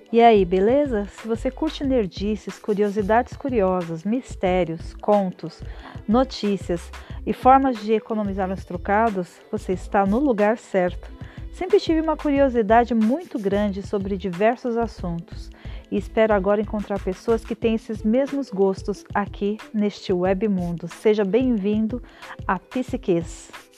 E aí, beleza? Se você curte nerdices, curiosidades curiosas, mistérios, contos, notícias e formas de economizar os trocados, você está no lugar certo. Sempre tive uma curiosidade muito grande sobre diversos assuntos e espero agora encontrar pessoas que têm esses mesmos gostos aqui neste web mundo. Seja bem-vindo a Psiques.